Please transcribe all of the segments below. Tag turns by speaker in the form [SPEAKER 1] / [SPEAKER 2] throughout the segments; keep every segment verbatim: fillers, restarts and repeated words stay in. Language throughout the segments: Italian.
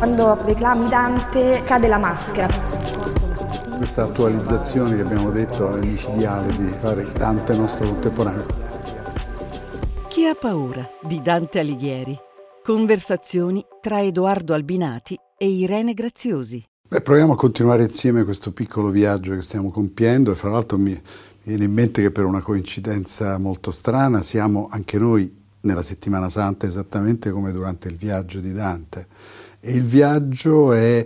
[SPEAKER 1] Quando reclami Dante cade la maschera.
[SPEAKER 2] Questa attualizzazione che abbiamo detto è micidiale di fare Dante nostro contemporaneo.
[SPEAKER 3] Chi ha paura di Dante Alighieri? Conversazioni tra Edoardo Albinati e Irene Graziosi.
[SPEAKER 2] Beh, proviamo a continuare insieme questo piccolo viaggio che stiamo compiendo e fra l'altro mi viene in mente che per una coincidenza molto strana siamo anche noi nella Settimana Santa esattamente come durante il viaggio di Dante. E il viaggio è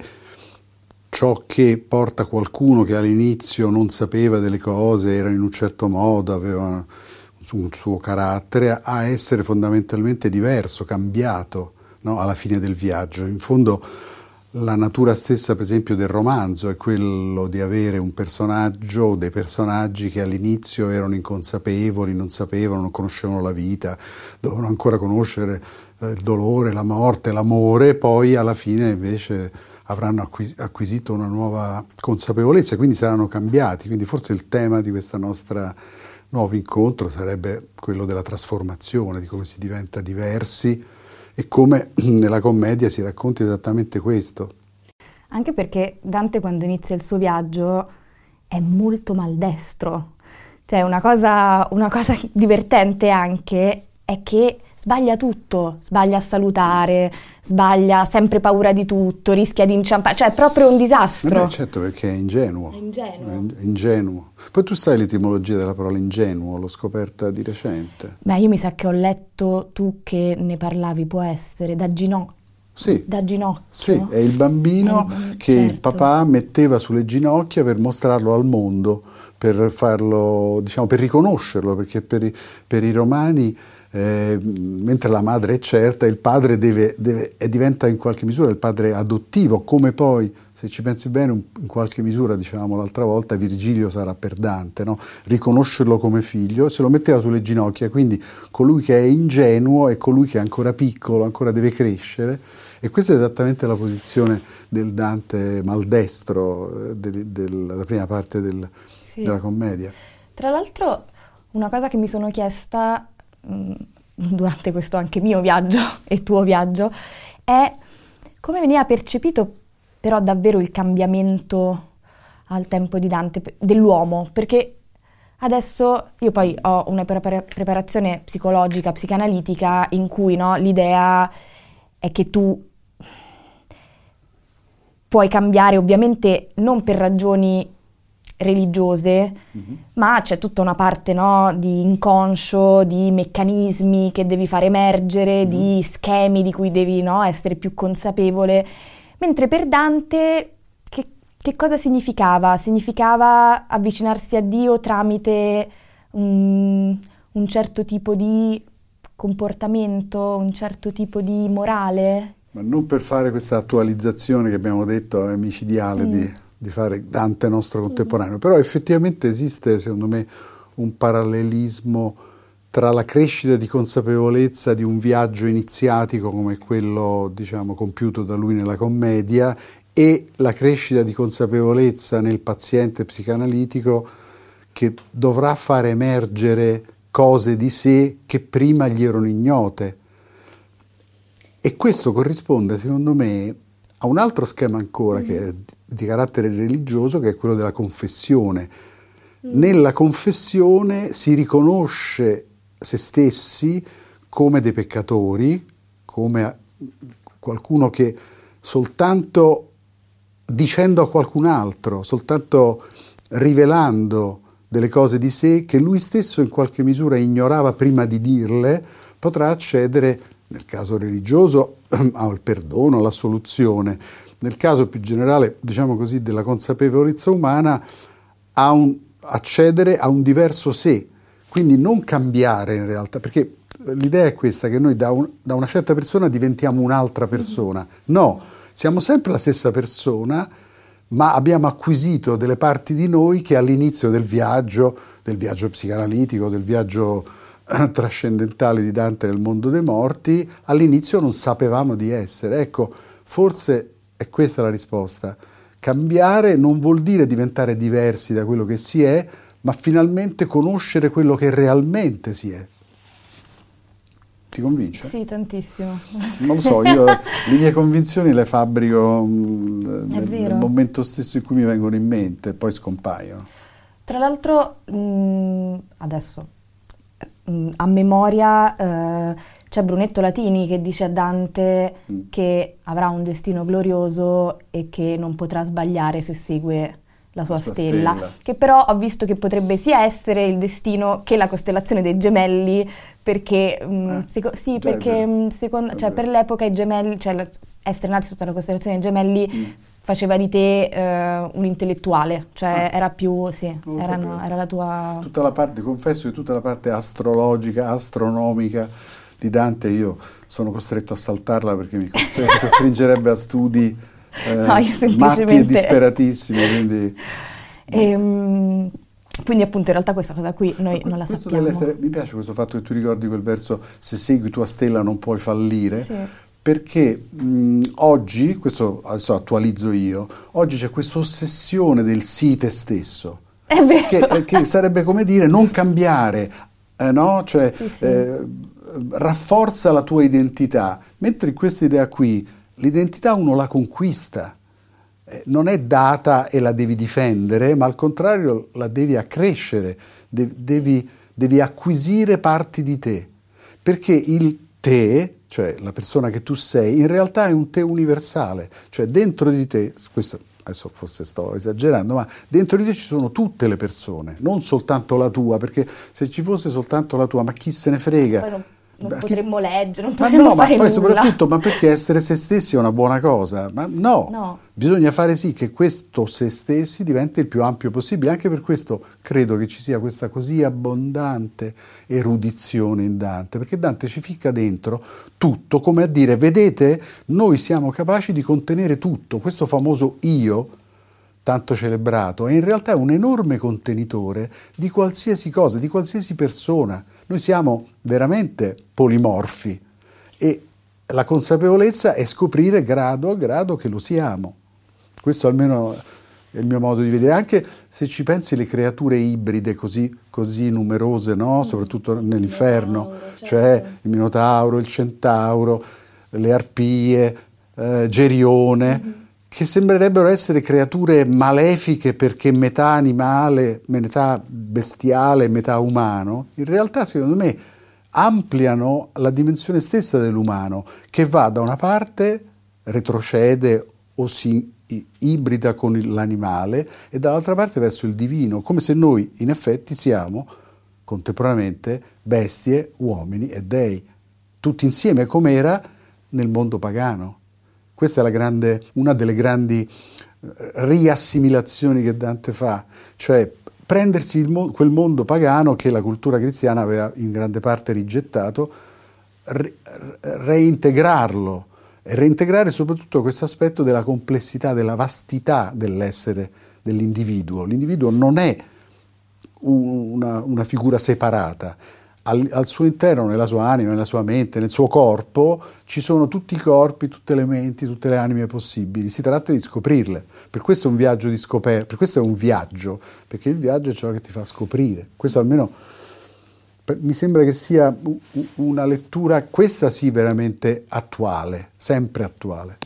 [SPEAKER 2] ciò che porta qualcuno che all'inizio non sapeva delle cose, era in un certo modo, aveva un suo carattere, a essere fondamentalmente diverso, cambiato, no? Alla fine del viaggio. In fondo la natura stessa, per esempio, del romanzo è quello di avere un personaggio, dei personaggi che all'inizio erano inconsapevoli, non sapevano, non conoscevano la vita, dovevano ancora conoscere il dolore, la morte, l'amore, poi alla fine invece avranno acquisito una nuova consapevolezza, quindi saranno cambiati. Quindi forse il tema di questa nostra nuovo incontro sarebbe quello della trasformazione, di come si diventa diversi e come nella commedia si racconta esattamente questo.
[SPEAKER 1] Anche perché Dante, quando inizia il suo viaggio, è molto maldestro. Cioè una cosa, una cosa divertente anche è che sbaglia tutto, sbaglia a salutare, sbaglia, sempre paura di tutto, rischia di inciampare, cioè è proprio un disastro.
[SPEAKER 2] Beh, certo, perché è ingenuo.
[SPEAKER 1] È ingenuo.
[SPEAKER 2] È ingenuo. Poi tu sai l'etimologia della parola ingenuo, l'ho scoperta di recente.
[SPEAKER 1] Beh, io mi sa che ho letto, tu che ne parlavi, può essere, da ginocchio.
[SPEAKER 2] Sì,
[SPEAKER 1] da ginocchio.
[SPEAKER 2] Sì, è il bambino
[SPEAKER 1] è il,
[SPEAKER 2] che
[SPEAKER 1] certo.
[SPEAKER 2] il papà metteva sulle ginocchia per mostrarlo al mondo, per farlo, diciamo, per riconoscerlo, perché per i, per i romani, eh, mentre la madre è certa, il padre deve, deve, e diventa in qualche misura il padre adottivo, come poi, se ci pensi bene, in qualche misura, diciamo l'altra volta, Virgilio sarà per Dante, no? Riconoscerlo come figlio, se lo metteva sulle ginocchia, quindi colui che è ingenuo è colui che è ancora piccolo, ancora deve crescere. E questa è esattamente la posizione del Dante maldestro, del, della prima parte del, sì. della commedia.
[SPEAKER 1] Tra l'altro, una cosa che mi sono chiesta mh, durante questo anche mio viaggio e tuo viaggio è come veniva percepito però davvero il cambiamento al tempo di Dante dell'uomo, perché adesso io poi ho una prepara- preparazione psicologica, psicanalitica in cui no, l'idea è che tu puoi cambiare ovviamente non per ragioni religiose, mm-hmm. ma c'è tutta una parte no, di inconscio, di meccanismi che devi far emergere, mm-hmm. di schemi di cui devi no, essere più consapevole, mentre per Dante che, che cosa significava? Significava avvicinarsi a Dio tramite un, un certo tipo di comportamento, un certo tipo di morale?
[SPEAKER 2] Ma non per fare questa attualizzazione che abbiamo detto è micidiale mm. di, di fare Dante nostro contemporaneo, mm. però effettivamente esiste secondo me un parallelismo tra la crescita di consapevolezza di un viaggio iniziatico come quello diciamo compiuto da lui nella commedia e la crescita di consapevolezza nel paziente psicanalitico che dovrà far emergere cose di sé che prima gli erano ignote. E questo corrisponde, secondo me, a un altro schema ancora mm. che è di carattere religioso, che è quello della confessione. Mm. Nella confessione si riconosce se stessi come dei peccatori, come qualcuno che soltanto dicendo a qualcun altro, soltanto rivelando delle cose di sé che lui stesso in qualche misura ignorava prima di dirle, potrà accedere, nel caso religioso, al perdono, all'assoluzione. Nel caso più generale, diciamo così, della consapevolezza umana, a un, accedere a un diverso sé. Quindi non cambiare in realtà, perché l'idea è questa, che noi da, un, da una certa persona diventiamo un'altra persona. No, siamo sempre la stessa persona, ma abbiamo acquisito delle parti di noi che all'inizio del viaggio, del viaggio psicanalitico, del viaggio eh, trascendentale di Dante nel mondo dei morti, all'inizio non sapevamo di essere. Ecco, forse è questa la risposta. Cambiare non vuol dire diventare diversi da quello che si è, ma finalmente conoscere quello che realmente si è. Ti convince?
[SPEAKER 1] Sì, tantissimo.
[SPEAKER 2] Non lo so, io le mie convinzioni le fabbrico mh, nel, nel momento stesso in cui mi vengono in mente e poi scompaiono.
[SPEAKER 1] Tra l'altro, mh, adesso, mh, a memoria, eh, c'è Brunetto Latini che dice a Dante mm. che avrà un destino glorioso e che non potrà sbagliare se segue la sua, la sua stella, stella, che però ho visto che potrebbe sia essere il destino che la costellazione dei gemelli, perché mh, eh, seco- sì, perché mh, secondo, cioè, per l'epoca i gemelli, cioè essere nati sotto la costellazione dei gemelli mm. faceva di te eh, un intellettuale, cioè ah. era più, sì, era, no, era la tua...
[SPEAKER 2] Tutta la parte, confesso che tutta la parte astrologica, astronomica di Dante io sono costretto a saltarla perché mi costringerebbe a studi eh, no, semplicemente... matti e disperatissimi, quindi...
[SPEAKER 1] Ehm, quindi appunto in realtà questa cosa qui noi non la
[SPEAKER 2] questo
[SPEAKER 1] sappiamo.
[SPEAKER 2] Essere, mi piace questo fatto che tu ricordi quel verso se segui tua stella non puoi fallire, sì. Perché mh, oggi, questo adesso attualizzo io, oggi c'è questa ossessione del sii te stesso,
[SPEAKER 1] è vero.
[SPEAKER 2] Che, che sarebbe come dire non cambiare, eh, no? Cioè sì, sì. Eh, rafforza la tua identità, mentre in questa idea qui l'identità uno la conquista, eh, non è data e la devi difendere, ma al contrario la devi accrescere, de- devi, devi acquisire parti di te, perché il te, cioè la persona che tu sei, in realtà è un te universale, cioè dentro di te, questo adesso forse sto esagerando, ma dentro di te ci sono tutte le persone, non soltanto la tua, perché se ci fosse soltanto la tua, ma chi se ne frega?
[SPEAKER 1] Poi non, non Beh, potremmo chi... leggere, non
[SPEAKER 2] ma
[SPEAKER 1] potremmo
[SPEAKER 2] no,
[SPEAKER 1] fare
[SPEAKER 2] ma poi
[SPEAKER 1] nulla.
[SPEAKER 2] Soprattutto, ma perché essere se stessi è una buona cosa? Ma no,
[SPEAKER 1] no,
[SPEAKER 2] bisogna fare sì che questo se stessi diventi il più ampio possibile, anche per questo credo che ci sia questa così abbondante erudizione in Dante, perché Dante ci ficca dentro tutto, come a dire, vedete, noi siamo capaci di contenere tutto, questo famoso io, tanto celebrato, è in realtà un enorme contenitore di qualsiasi cosa, di qualsiasi persona. Noi siamo veramente polimorfi e la consapevolezza è scoprire grado a grado che lo siamo. Questo almeno è il mio modo di vedere, anche se ci pensi le creature ibride così, così numerose, no? Soprattutto nell'inferno, certo. Cioè il Minotauro, il Centauro, le Arpie, eh, Gerione, mm-hmm. che sembrerebbero essere creature malefiche perché metà animale, metà bestiale, metà umano, in realtà secondo me ampliano la dimensione stessa dell'umano, che va da una parte, retrocede o si ibrida con l'animale, e dall'altra parte verso il divino, come se noi in effetti siamo contemporaneamente bestie, uomini e dei, tutti insieme come era nel mondo pagano. Questa è la grande, una delle grandi riassimilazioni che Dante fa, cioè prendersi il mo- quel mondo pagano che la cultura cristiana aveva in grande parte rigettato, re- reintegrarlo e reintegrare soprattutto questo aspetto della complessità, della vastità dell'essere dell'individuo. L'individuo non è una, una figura separata. Al, al suo interno, nella sua anima, nella sua mente, nel suo corpo, ci sono tutti i corpi, tutte le menti, tutte le anime possibili. Si tratta di scoprirle. Per questo è un viaggio di scoperta, per questo è un viaggio, perché il viaggio è ciò che ti fa scoprire. Questo almeno per, mi sembra che sia una lettura, questa sì, veramente attuale, sempre attuale.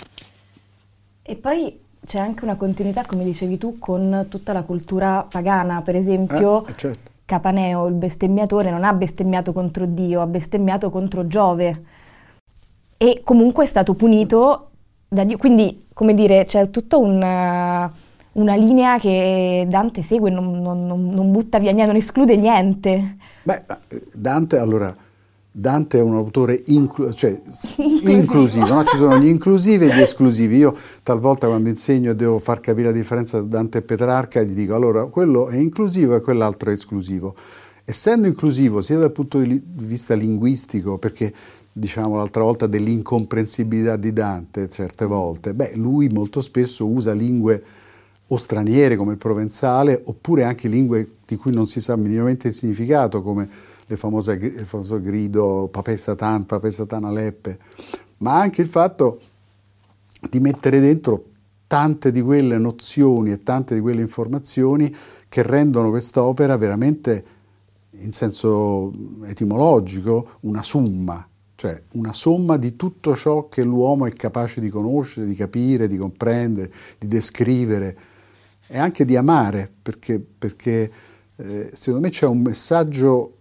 [SPEAKER 1] E poi c'è anche una continuità, come dicevi tu, con tutta la cultura pagana, per esempio.
[SPEAKER 2] Eh, certo.
[SPEAKER 1] Capaneo, il bestemmiatore, non ha bestemmiato contro Dio, ha bestemmiato contro Giove e comunque è stato punito da Dio. Quindi, come dire, c'è tutta una, una linea che Dante segue, non, non, non butta via niente, non esclude niente.
[SPEAKER 2] Beh, Dante, allora, Dante è un autore inclu- cioè, inclusivo, no? Ci sono gli inclusivi e gli esclusivi. Io talvolta quando insegno e devo far capire la differenza tra Dante e Petrarca, gli dico allora quello è inclusivo e quell'altro è esclusivo. Essendo inclusivo sia dal punto di vista linguistico, perché diciamo l'altra volta dell'incomprensibilità di Dante certe volte, beh, lui molto spesso usa lingue o straniere come il provenzale, oppure anche lingue di cui non si sa minimamente il significato, come le famose, il famoso grido Papè Satan, Papè Satan Aleppe, ma anche il fatto di mettere dentro tante di quelle nozioni e tante di quelle informazioni che rendono quest'opera veramente, in senso etimologico, una summa, cioè una somma di tutto ciò che l'uomo è capace di conoscere, di capire, di comprendere, di descrivere e anche di amare, perché, perché eh, secondo me c'è un messaggio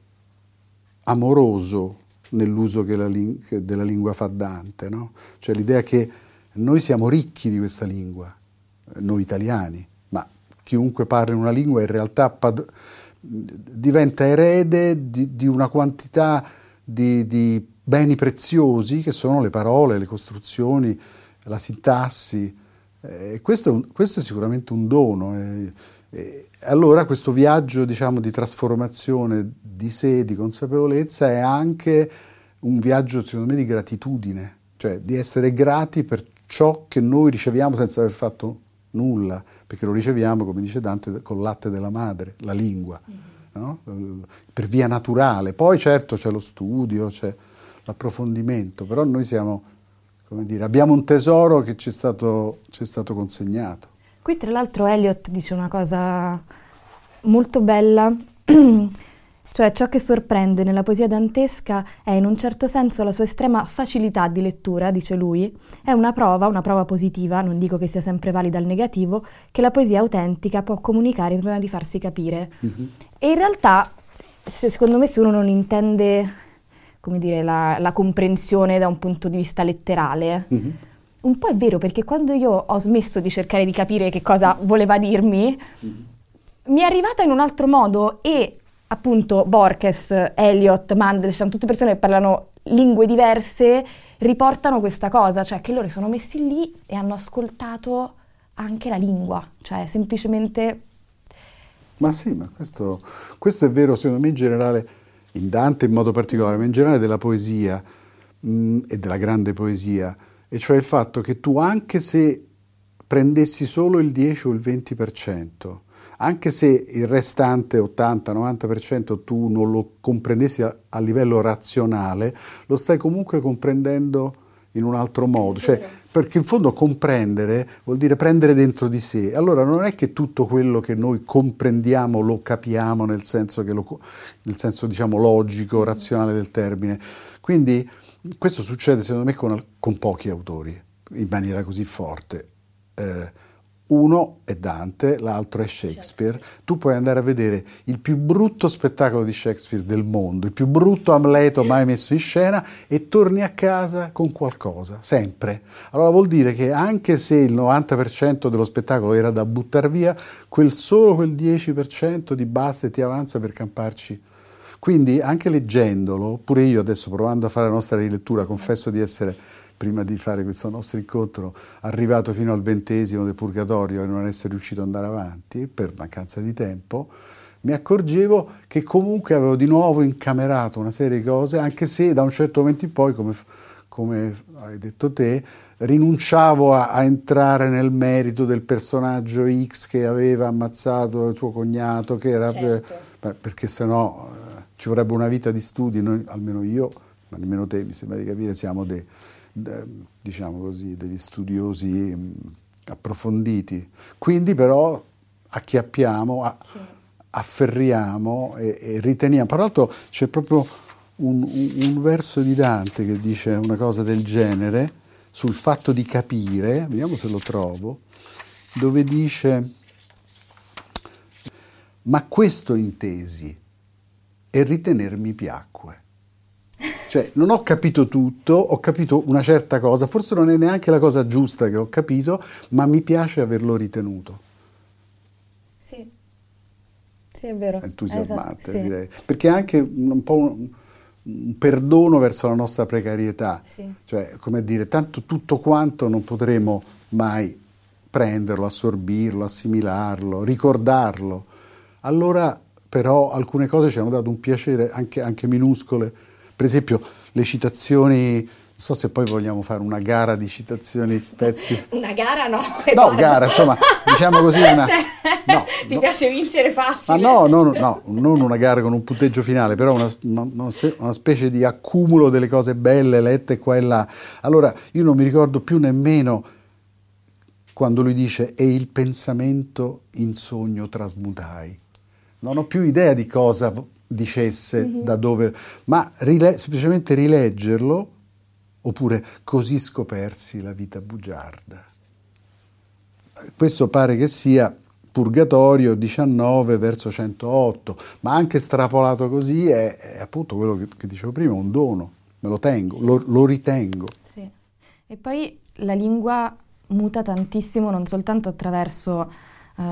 [SPEAKER 2] amoroso nell'uso che la ling- che della lingua fa Dante, no? Cioè l'idea che noi siamo ricchi di questa lingua, noi italiani, ma chiunque parli una lingua in realtà pad- diventa erede di, di una quantità di, di beni preziosi che sono le parole, le costruzioni, la sintassi. Eh, questo, questo è sicuramente un dono. Eh, eh, allora questo viaggio, diciamo, di trasformazione di sé, di consapevolezza, è anche un viaggio, secondo me, di gratitudine, cioè di essere grati per ciò che noi riceviamo senza aver fatto nulla, perché lo riceviamo, come dice Dante, col latte della madre, la lingua, mm-hmm. no? Per via naturale. Poi certo c'è lo studio, c'è l'approfondimento, però noi siamo, come dire, abbiamo un tesoro che ci è stato, ci è stato consegnato.
[SPEAKER 1] Qui tra l'altro Eliot dice una cosa molto bella, cioè ciò che sorprende nella poesia dantesca è in un certo senso la sua estrema facilità di lettura, dice lui, è una prova, una prova positiva, non dico che sia sempre valida al negativo, che la poesia autentica può comunicare prima di farsi capire. Mm-hmm. E in realtà, se, secondo me, se uno non intende, come dire, la, la comprensione da un punto di vista letterale, mm-hmm. un po' è vero, perché quando io ho smesso di cercare di capire che cosa voleva dirmi, mm-hmm. mi è arrivata in un altro modo e appunto Borges, Eliot, Mandelstam, tutte persone che parlano lingue diverse riportano questa cosa, cioè che loro sono messi lì e hanno ascoltato anche la lingua, cioè semplicemente...
[SPEAKER 2] Ma sì, ma questo, questo è vero secondo me in generale, in Dante in modo particolare, ma in generale della poesia mh, e della grande poesia, e cioè il fatto che tu, anche se prendessi solo il dieci o il venti per cento, anche se il restante ottanta novanta per cento tu non lo comprendessi a, a livello razionale, lo stai comunque comprendendo in un altro modo, cioè, perché in fondo comprendere vuol dire prendere dentro di sé. Allora non è che tutto quello che noi comprendiamo lo capiamo nel senso, che lo, nel senso diciamo logico, razionale del termine. Quindi questo succede secondo me con, con pochi autori in maniera così forte. Eh, Uno è Dante, l'altro è Shakespeare. Tu puoi andare a vedere il più brutto spettacolo di Shakespeare del mondo, il più brutto Amleto mai messo in scena, e torni a casa con qualcosa, sempre. Allora vuol dire che anche se il novanta per cento dello spettacolo era da buttar via, quel solo quel dieci per cento ti basta e ti avanza per camparci. Quindi anche leggendolo, pure io adesso provando a fare la nostra rilettura, confesso di essere, prima di fare questo nostro incontro, arrivato fino al ventesimo del Purgatorio e non essere riuscito ad andare avanti per mancanza di tempo, mi accorgevo che comunque avevo di nuovo incamerato una serie di cose, anche se da un certo momento in poi, come, come hai detto te, rinunciavo a, a entrare nel merito del personaggio X che aveva ammazzato il suo cognato, che era
[SPEAKER 1] certo.
[SPEAKER 2] beh, perché sennò eh, ci vorrebbe una vita di studi, noi, almeno io, ma nemmeno te, mi sembra di capire, siamo dei diciamo così, degli studiosi mh, approfonditi. Quindi però acchiappiamo, a, sì. afferriamo e, e riteniamo. Tra l'altro c'è proprio un, un, un verso di Dante che dice una cosa del genere sul fatto di capire, vediamo se lo trovo, dove dice: ma questo intesi e ritenermi piacque. Cioè, non ho capito tutto, ho capito una certa cosa, forse non è neanche la cosa giusta che ho capito, ma mi piace averlo ritenuto.
[SPEAKER 1] Sì, sì, è vero.
[SPEAKER 2] Entusiasmante,
[SPEAKER 1] esatto, sì.
[SPEAKER 2] direi. Perché è anche un po' un, un perdono verso la nostra precarietà.
[SPEAKER 1] Sì.
[SPEAKER 2] Cioè, come dire, tanto tutto quanto non potremo mai prenderlo, assorbirlo, assimilarlo, ricordarlo. Allora, però, alcune cose ci hanno dato un piacere, anche, anche minuscole. Per esempio, le citazioni, non so se poi vogliamo fare una gara di citazioni, pezzi.
[SPEAKER 1] Una gara no.
[SPEAKER 2] No, gara, insomma, diciamo così una...
[SPEAKER 1] Cioè,
[SPEAKER 2] no,
[SPEAKER 1] ti
[SPEAKER 2] no.
[SPEAKER 1] piace vincere facile?
[SPEAKER 2] Ma no, no, no, non una gara con un punteggio finale, però una, una, una specie di accumulo delle cose belle lette qua e là. Allora, io non mi ricordo più nemmeno quando lui dice «e il pensamento in sogno trasmutai». Non ho più idea di cosa dicesse mm-hmm. da dove, ma rile- semplicemente rileggerlo, oppure così scopersi la vita bugiarda. Questo pare che sia Purgatorio diciannove verso centootto, ma anche strapolato così è, è appunto quello che, che dicevo prima, un dono, me lo tengo, sì. lo, lo ritengo.
[SPEAKER 1] Sì. E poi la lingua muta tantissimo, non soltanto attraverso uh,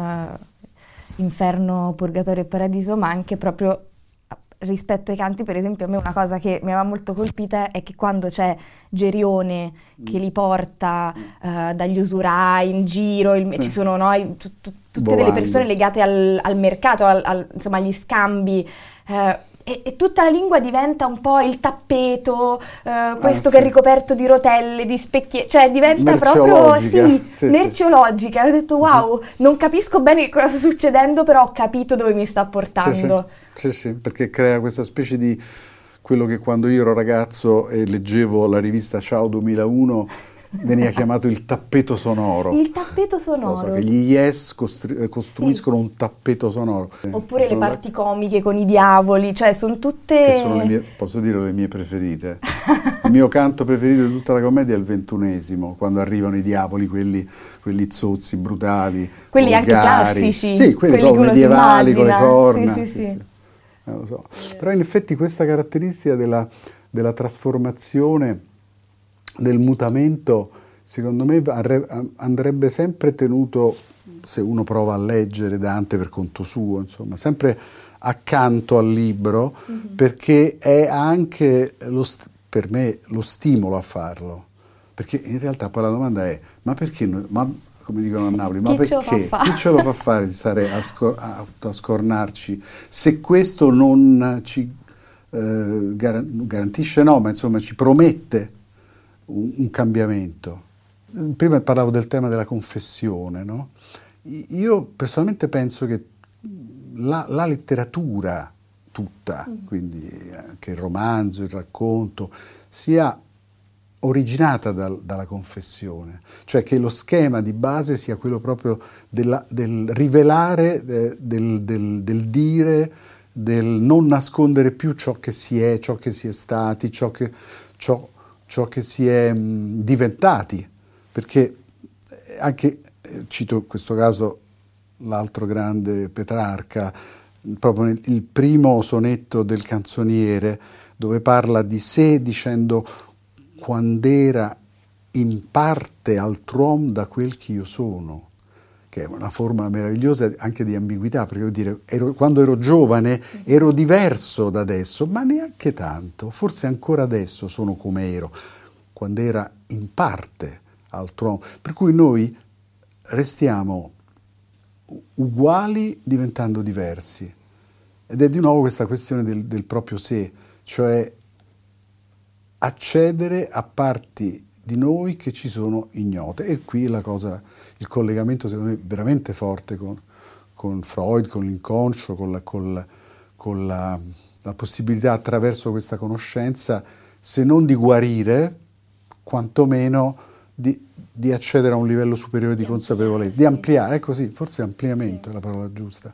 [SPEAKER 1] Inferno, Purgatorio e Paradiso, ma anche proprio rispetto ai canti. Per esempio, a me una cosa che mi aveva molto colpita è che quando c'è Gerione che li porta uh, dagli usurai in giro, il, sì. ci sono no, i, tu, tu, tutte Bovando. delle persone legate al, al mercato, al, al, insomma agli scambi, uh, e, e tutta la lingua diventa un po' il tappeto, uh, questo ah, che sì. è ricoperto di rotelle, di specchie, cioè diventa proprio sì, sì, merceologica. Sì. Ho detto wow, uh-huh. non capisco bene cosa sta succedendo, però ho capito dove mi sta portando.
[SPEAKER 2] Sì, sì, sì, perché crea questa specie di quello che quando io ero ragazzo e leggevo la rivista Ciao duemilauno veniva chiamato il tappeto sonoro.
[SPEAKER 1] Il tappeto sonoro.
[SPEAKER 2] So, so, che gli Yes costru- costruiscono sì. un tappeto sonoro.
[SPEAKER 1] Oppure sono le parti la... comiche con i diavoli, cioè sono tutte...
[SPEAKER 2] Che sono le mie, posso dire, le mie preferite. Il mio canto preferito di tutta la commedia è il ventunesimo, quando arrivano i diavoli, quelli, quelli zozzi, brutali,
[SPEAKER 1] quelli volgari. Anche classici.
[SPEAKER 2] Sì, quelli, quelli proprio medievali, con le corna.
[SPEAKER 1] Sì, sì, sì.
[SPEAKER 2] sì, sì. Non lo so. Yeah. Però in effetti questa caratteristica della, della trasformazione, del mutamento, secondo me andrebbe sempre tenuto, se uno prova a leggere Dante per conto suo, insomma, sempre accanto al libro, mm-hmm. perché è anche lo st- per me lo stimolo a farlo, perché in realtà poi la domanda è ma perché noi, ma come dicono a Napoli, ma
[SPEAKER 1] chi
[SPEAKER 2] perché
[SPEAKER 1] ce
[SPEAKER 2] chi ce lo fa fare di stare a, scor- a, a scornarci se questo non ci eh, gar- garantisce, no, ma insomma ci promette un, un cambiamento. Prima parlavo del tema della confessione, no? Io personalmente penso che la, la letteratura tutta, mm. quindi anche il romanzo, il racconto, sia originata dal, dalla confessione, cioè che lo schema di base sia quello proprio della, del rivelare, eh, del, del, del dire, del non nascondere più ciò che si è, ciò che si è stati, ciò che, ciò, ciò che si è mh, diventati, perché anche, eh, cito in questo caso l'altro grande Petrarca, proprio nel il primo sonetto del Canzoniere, dove parla di sé dicendo quand'era in parte altr'uom da quel che io sono, che è una forma meravigliosa anche di ambiguità, perché vuol dire, ero, quando ero giovane ero diverso da adesso, ma neanche tanto, forse ancora adesso sono come ero, quando era in parte altr'uom, per cui noi restiamo uguali diventando diversi, ed è di nuovo questa questione del, del proprio sé, cioè accedere a parti di noi che ci sono ignote. E qui la cosa, il collegamento secondo me veramente forte con, con Freud, con l'inconscio, con, la, con, la, con la, la possibilità attraverso questa conoscenza, se non di guarire, quantomeno di, di accedere a un livello superiore di, di consapevolezza, sì. di ampliare, è così, forse ampliamento sì. è la parola giusta.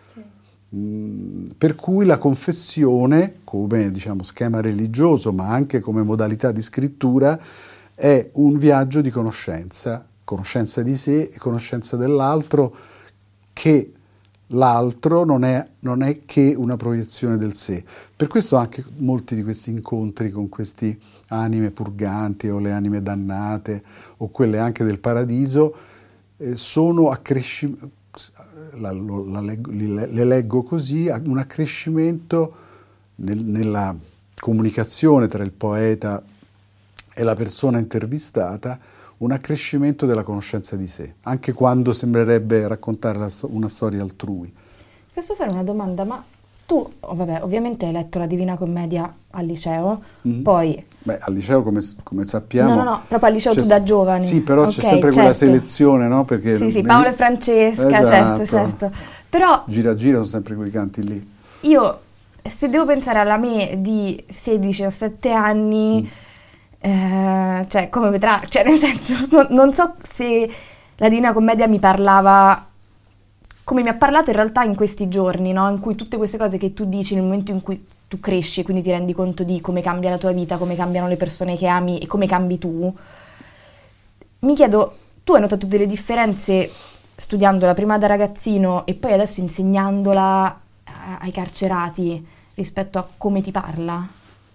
[SPEAKER 2] Per cui la confessione, come diciamo schema religioso, ma anche come modalità di scrittura, è un viaggio di conoscenza, conoscenza di sé e conoscenza dell'altro, che l'altro non è, non è che una proiezione del sé. Per questo anche molti di questi incontri con queste anime purganti o le anime dannate o quelle anche del paradiso eh, sono accrescimento. La, la leggo, le leggo così, un accrescimento nel, nella comunicazione tra il poeta e la persona intervistata, un accrescimento della conoscenza di sé, anche quando sembrerebbe raccontare la, una storia altrui.
[SPEAKER 1] Posso fare una domanda? Ma tu, oh, vabbè, ovviamente hai letto la Divina Commedia al liceo, mm-hmm. poi...
[SPEAKER 2] Beh, al liceo come, come sappiamo...
[SPEAKER 1] No, no, no, proprio al liceo tu da giovane.
[SPEAKER 2] Sì, però okay, c'è sempre
[SPEAKER 1] certo.
[SPEAKER 2] quella selezione, no? Perché
[SPEAKER 1] sì, sì, Paolo e Francesca,
[SPEAKER 2] esatto.
[SPEAKER 1] certo, certo. Però...
[SPEAKER 2] Gira gira sono sempre quei canti lì.
[SPEAKER 1] Io, se devo pensare alla me di sedici diciassette anni, mm. eh, cioè, come Petrarca, cioè nel senso, non, non so se la Divina Commedia mi parlava come mi ha parlato in realtà in questi giorni, no? In cui tutte queste cose che tu dici nel momento in cui tu cresci e quindi ti rendi conto di come cambia la tua vita, come cambiano le persone che ami e come cambi tu, mi chiedo, tu hai notato delle differenze studiandola prima da ragazzino e poi adesso insegnandola ai carcerati rispetto a come ti parla?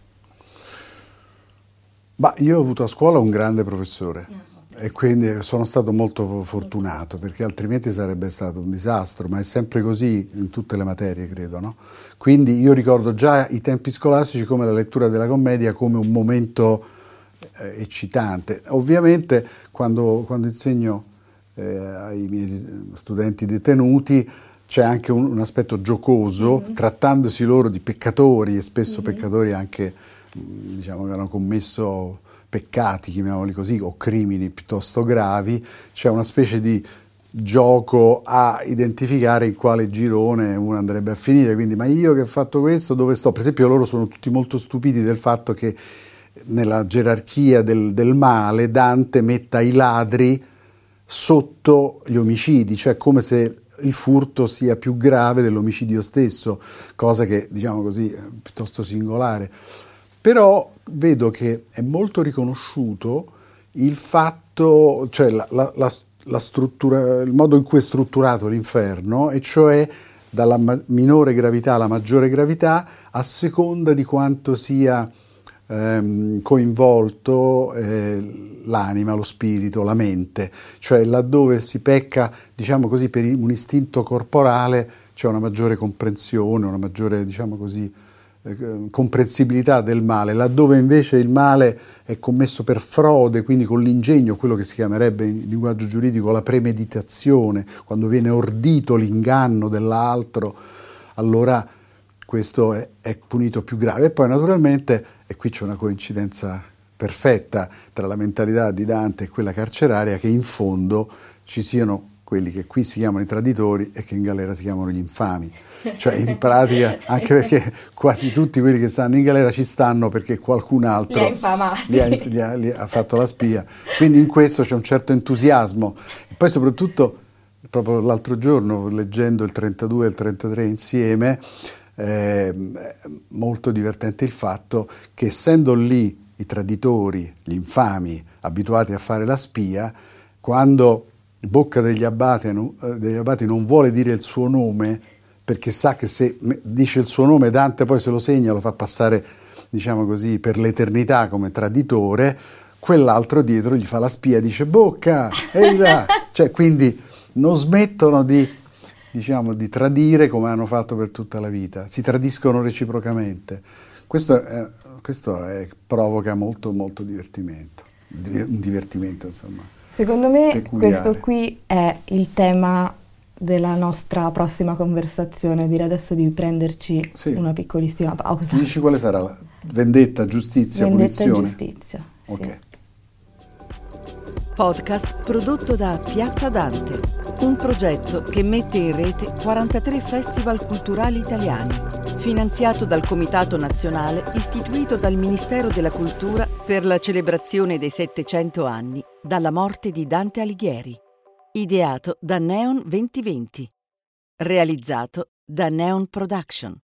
[SPEAKER 2] Ma io ho avuto a scuola un grande professore. No. E quindi sono stato molto fortunato, perché altrimenti sarebbe stato un disastro, ma è sempre così in tutte le materie, credo, no? Quindi io ricordo già i tempi scolastici come la lettura della commedia come un momento eh, eccitante. Ovviamente quando, quando insegno eh, ai miei studenti detenuti c'è anche un, un aspetto giocoso, mm-hmm. trattandosi loro di peccatori e spesso mm-hmm. peccatori anche, diciamo, che hanno commesso peccati, chiamiamoli così, o crimini piuttosto gravi, c'è una specie di gioco a identificare in quale girone uno andrebbe a finire, quindi ma io che ho fatto questo dove sto? Per esempio loro sono tutti molto stupiti del fatto che nella gerarchia del, del male Dante metta i ladri sotto gli omicidi, cioè come se il furto sia più grave dell'omicidio stesso, cosa che, diciamo così, è piuttosto singolare. Però vedo che è molto riconosciuto il fatto, cioè la, la, la, la struttura, il modo in cui è strutturato l'inferno, e cioè dalla ma- minore gravità alla maggiore gravità a seconda di quanto sia ehm, coinvolto eh, l'anima, lo spirito, la mente. Cioè laddove si pecca, diciamo così, per un istinto corporale c'è una maggiore comprensione, una maggiore, diciamo così, comprensibilità del male, laddove invece il male è commesso per frode, quindi con l'ingegno, quello che si chiamerebbe in linguaggio giuridico la premeditazione, quando viene ordito l'inganno dell'altro, allora questo è, è punito più grave. E poi naturalmente, e qui c'è una coincidenza perfetta tra la mentalità di Dante e quella carceraria, che in fondo ci siano quelli che qui si chiamano i traditori e che in galera si chiamano gli infami. Cioè in pratica, anche perché quasi tutti quelli che stanno in galera ci stanno perché qualcun altro
[SPEAKER 1] li ha infamati,
[SPEAKER 2] li ha, li ha, li ha fatto la spia. Quindi in questo c'è un certo entusiasmo. E poi soprattutto, proprio l'altro giorno, leggendo il trentadue e il trentatré insieme, eh, molto divertente il fatto che, essendo lì i traditori, gli infami, abituati a fare la spia, quando Bocca degli Abati, degli Abati non vuole dire il suo nome, perché sa che se dice il suo nome Dante poi se lo segna, lo fa passare, diciamo così, per l'eternità come traditore, quell'altro dietro gli fa la spia, dice Bocca, ehi là! Cioè, quindi non smettono di, diciamo, di tradire come hanno fatto per tutta la vita, si tradiscono reciprocamente. Questo, è, questo è, provoca molto, molto divertimento, un divertimento, insomma.
[SPEAKER 1] Secondo me
[SPEAKER 2] peculiare.
[SPEAKER 1] Questo qui è il tema della nostra prossima conversazione. Direi adesso di prenderci sì. una piccolissima pausa.
[SPEAKER 2] Dici quale sarà? La vendetta, giustizia,
[SPEAKER 1] vendetta
[SPEAKER 2] punizione?
[SPEAKER 1] Vendetta e giustizia.
[SPEAKER 2] Ok.
[SPEAKER 1] Sì.
[SPEAKER 3] Podcast prodotto da Piazza Dante, un progetto che mette in rete quarantatré festival culturali italiani, finanziato dal Comitato Nazionale istituito dal Ministero della Cultura per la celebrazione dei settecento anni dalla morte di Dante Alighieri. Ideato da Neon duemilaventi. Realizzato da Neon Production.